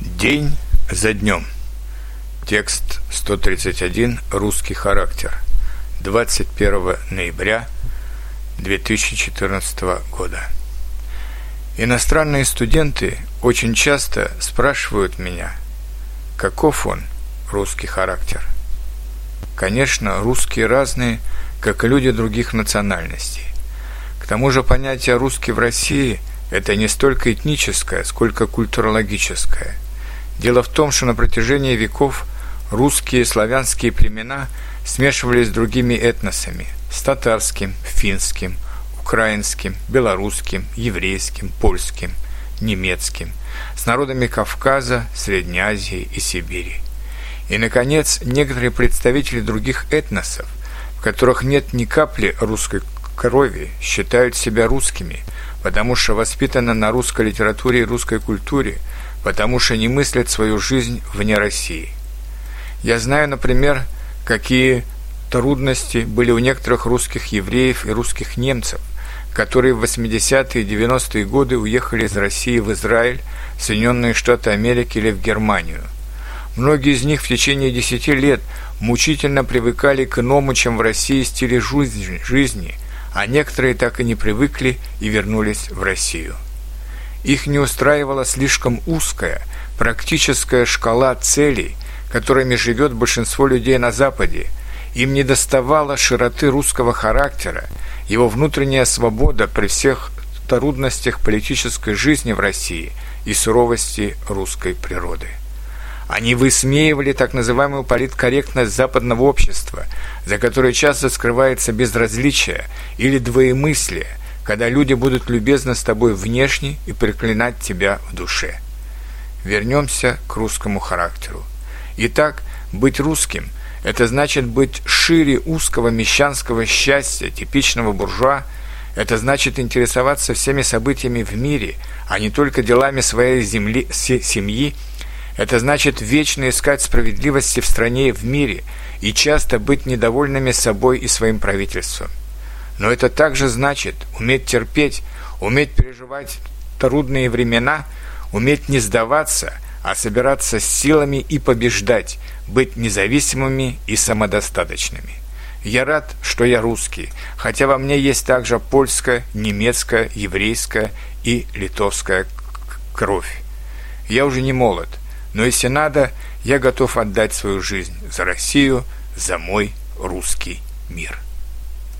День за днем. Текст 131. Русский характер. 21 ноября 2014 года. Иностранные студенты очень часто спрашивают меня, каков он, русский характер. Конечно, русские разные, как и люди других национальностей. К тому же понятие «русский» в России – это не столько этническое, сколько культурологическое. Дело в том, что на протяжении веков русские и славянские племена смешивались с другими этносами – с татарским, финским, украинским, белорусским, еврейским, польским, немецким, с народами Кавказа, Средней Азии и Сибири. И, наконец, некоторые представители других этносов, в которых нет ни капли русской крови, считают себя русскими, потому что воспитаны на русской литературе и русской культуре, потому что не мыслят свою жизнь вне России. Я знаю, например, какие трудности были у некоторых русских евреев и русских немцев, которые в 80-е и 90-е годы уехали из России в Израиль, в Соединенные Штаты Америки или в Германию. Многие из них в течение 10 лет мучительно привыкали к иному, чем в России, стилю жизни, а некоторые так и не привыкли и вернулись в Россию. Их не устраивала слишком узкая, практическая шкала целей, которыми живет большинство людей на Западе. Им недоставало широты русского характера, его внутренняя свобода при всех трудностях политической жизни в России и суровости русской природы. Они высмеивали так называемую политкорректность западного общества, за которой часто скрывается безразличие или двоемыслие, когда люди будут любезны с тобой внешне и проклинать тебя в душе. Вернемся к русскому характеру. Итак, быть русским – это значит быть шире узкого мещанского счастья, типичного буржуа, это значит интересоваться всеми событиями в мире, а не только делами своей семьи, это значит вечно искать справедливости в стране и в мире и часто быть недовольными собой и своим правительством. Но это также значит уметь терпеть, уметь переживать трудные времена, уметь не сдаваться, а собираться с силами и побеждать, быть независимыми и самодостаточными. Я рад, что я русский, хотя во мне есть также польская, немецкая, еврейская и литовская кровь. Я уже не молод, но если надо, я готов отдать свою жизнь за Россию, за мой русский мир.